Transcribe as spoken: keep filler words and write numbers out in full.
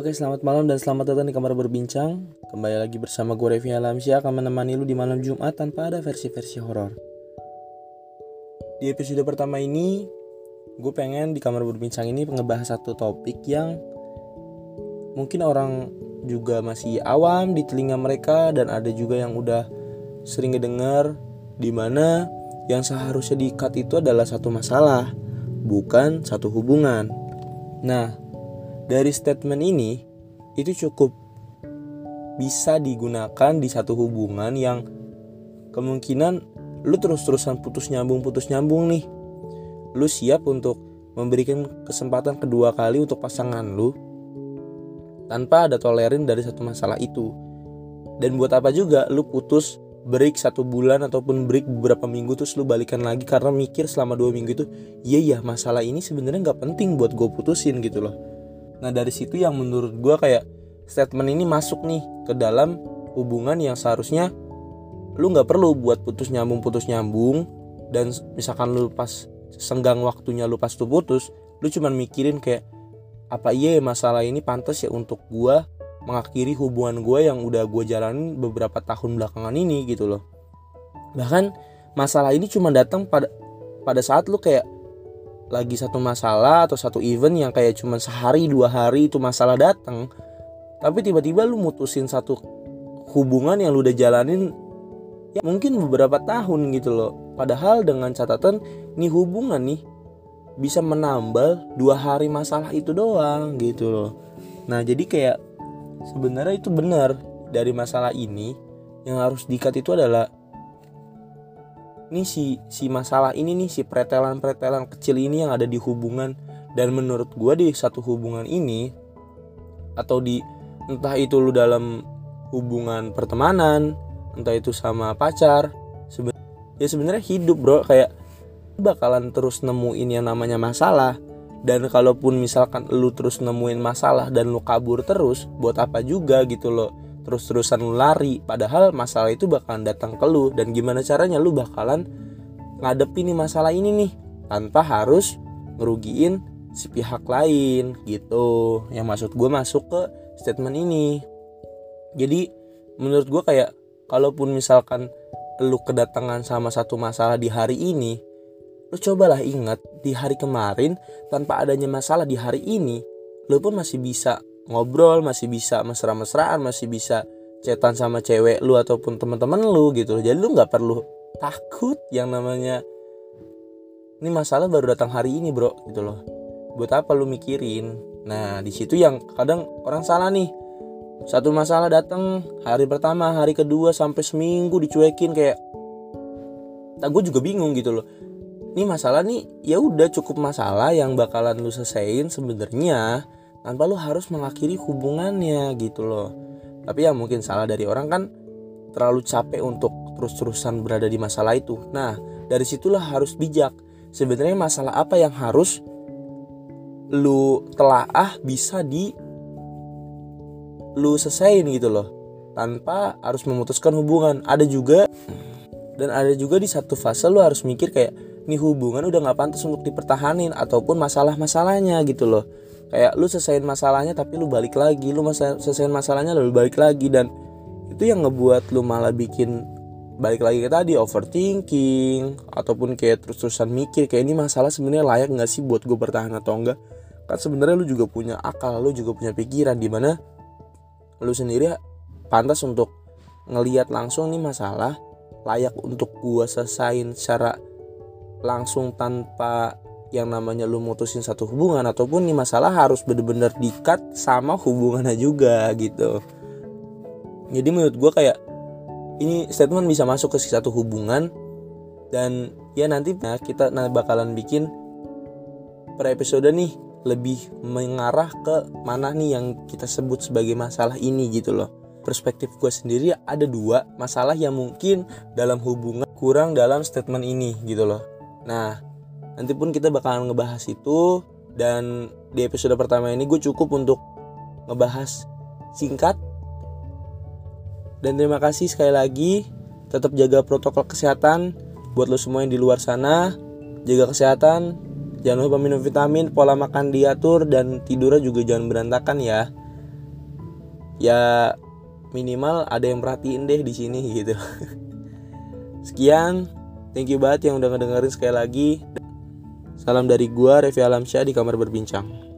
Oke, selamat malam dan selamat datang di Kamar Berbincang. Kembali lagi bersama gue Revi Alamsyah akan menemani lu di malam Jumat tanpa ada versi-versi horor. Di episode pertama ini, gue pengen di Kamar Berbincang ini ngebahas satu topik yang mungkin orang juga masih awam di telinga mereka, dan ada juga yang udah sering ngedenger, dimana yang seharusnya di-cut itu adalah satu masalah, bukan satu hubungan. Nah, dari statement ini itu cukup bisa digunakan di satu hubungan yang kemungkinan lu terus-terusan putus nyambung-putus nyambung nih. Lu siap untuk memberikan kesempatan kedua kali untuk pasangan lu tanpa ada tolerin dari satu masalah itu. Dan buat apa juga lu putus break satu bulan ataupun break beberapa minggu terus lu balikan lagi karena mikir selama dua minggu itu, iya ya masalah ini sebenarnya gak penting buat gue putusin gitu loh. Nah, dari situ yang menurut gue kayak statement ini masuk nih ke dalam hubungan yang seharusnya lu gak perlu buat putus nyambung-putus nyambung. Dan misalkan lu pas senggang waktunya lu pas tuh putus, lu cuman mikirin kayak, apa iya masalah ini pantas ya untuk gue mengakhiri hubungan gue yang udah gue jalanin beberapa tahun belakangan ini gitu loh. Bahkan masalah ini cuma datang pada pada saat lu kayak lagi satu masalah atau satu event yang kayak cuma sehari dua hari itu masalah datang, tapi tiba-tiba lu mutusin satu hubungan yang lu udah jalanin ya mungkin beberapa tahun gitu loh. Padahal dengan catatan nih hubungan nih bisa menambal dua hari masalah itu doang gitu loh. Nah, jadi kayak sebenarnya itu benar, dari masalah ini yang harus di-cut itu adalah Ini si si masalah ini nih, si pretelan-pretelan kecil ini yang ada di hubungan. Dan menurut gue di satu hubungan ini, atau di entah itu lu dalam hubungan pertemanan, entah itu sama pacar, seben- ya sebenarnya hidup bro, kayak bakalan terus nemuin yang namanya masalah. Dan kalaupun misalkan lu terus nemuin masalah dan lu kabur terus, buat apa juga gitu loh, terus-terusan lu lari, padahal masalah itu bakalan datang ke lu. Dan gimana caranya lu bakalan ngadepin nih masalah ini nih tanpa harus ngerugiin si pihak lain gitu. Yang maksud gue masuk ke statement ini. Jadi menurut gue kayak kalaupun misalkan lu kedatangan sama satu masalah di hari ini, lu cobalah ingat di hari kemarin tanpa adanya masalah di hari ini, lu pun masih bisa ngobrol, masih bisa mesra-mesraan, masih bisa chatan sama cewek lu ataupun teman-teman lu gitu. Jadi lu nggak perlu takut yang namanya ini masalah baru datang hari ini bro gitu loh. Buat apa lu mikirin? Nah, di situ yang kadang orang salah nih. Satu masalah datang hari pertama, hari kedua sampai seminggu dicuekin kayak. Nah, gue juga bingung gitu loh. Ini masalah nih ya udah cukup masalah yang bakalan lu selesain sebenarnya tanpa lu harus mengakhiri hubungannya gitu loh. Tapi yang mungkin salah dari orang kan terlalu capek untuk terus-terusan berada di masalah itu. Nah, dari situlah harus bijak. Sebenarnya masalah apa yang harus lu telaah bisa di lu selesain gitu loh, tanpa harus memutuskan hubungan. Ada juga dan ada juga di satu fase lu harus mikir kayak nih hubungan udah gak pantas untuk dipertahanin ataupun masalah-masalahnya gitu loh. Kayak lu selesaiin masalahnya tapi lu balik lagi, lu masa selesaiin masalahnya lalu balik lagi, dan itu yang ngebuat lu malah bikin balik lagi ke tadi overthinking ataupun kayak terus-terusan mikir kayak ini masalah sebenarnya layak nggak sih buat gue bertahan atau enggak. Kan sebenarnya lu juga punya akal, lu juga punya pikiran di mana lu sendiri pantas untuk ngelihat langsung nih masalah layak untuk gue selesain secara langsung tanpa yang namanya lu mutusin satu hubungan, ataupun nih masalah harus bener-bener di-cut sama hubungannya juga gitu. Jadi menurut gue kayak ini statement bisa masuk ke satu hubungan. Dan ya nanti nah, kita nah, bakalan bikin per episode nih lebih mengarah ke mana nih yang kita sebut sebagai masalah ini gitu loh. Perspektif gue sendiri ada dua masalah yang mungkin dalam hubungan kurang dalam statement ini gitu loh. Nah, nanti pun kita bakalan ngebahas itu. Dan di episode pertama ini gue cukup untuk ngebahas singkat. Dan terima kasih sekali lagi. Tetap jaga protokol kesehatan buat lo semua yang di luar sana. Jaga kesehatan. Jangan lupa minum vitamin, pola makan diatur, dan tidurnya juga jangan berantakan ya. ya minimal ada yang perhatiin deh di sini gitu. Sekian, thank you banget yang udah ngedengerin sekali lagi. Salam dari gua Revi Alamsyah di Kamar Berbincang.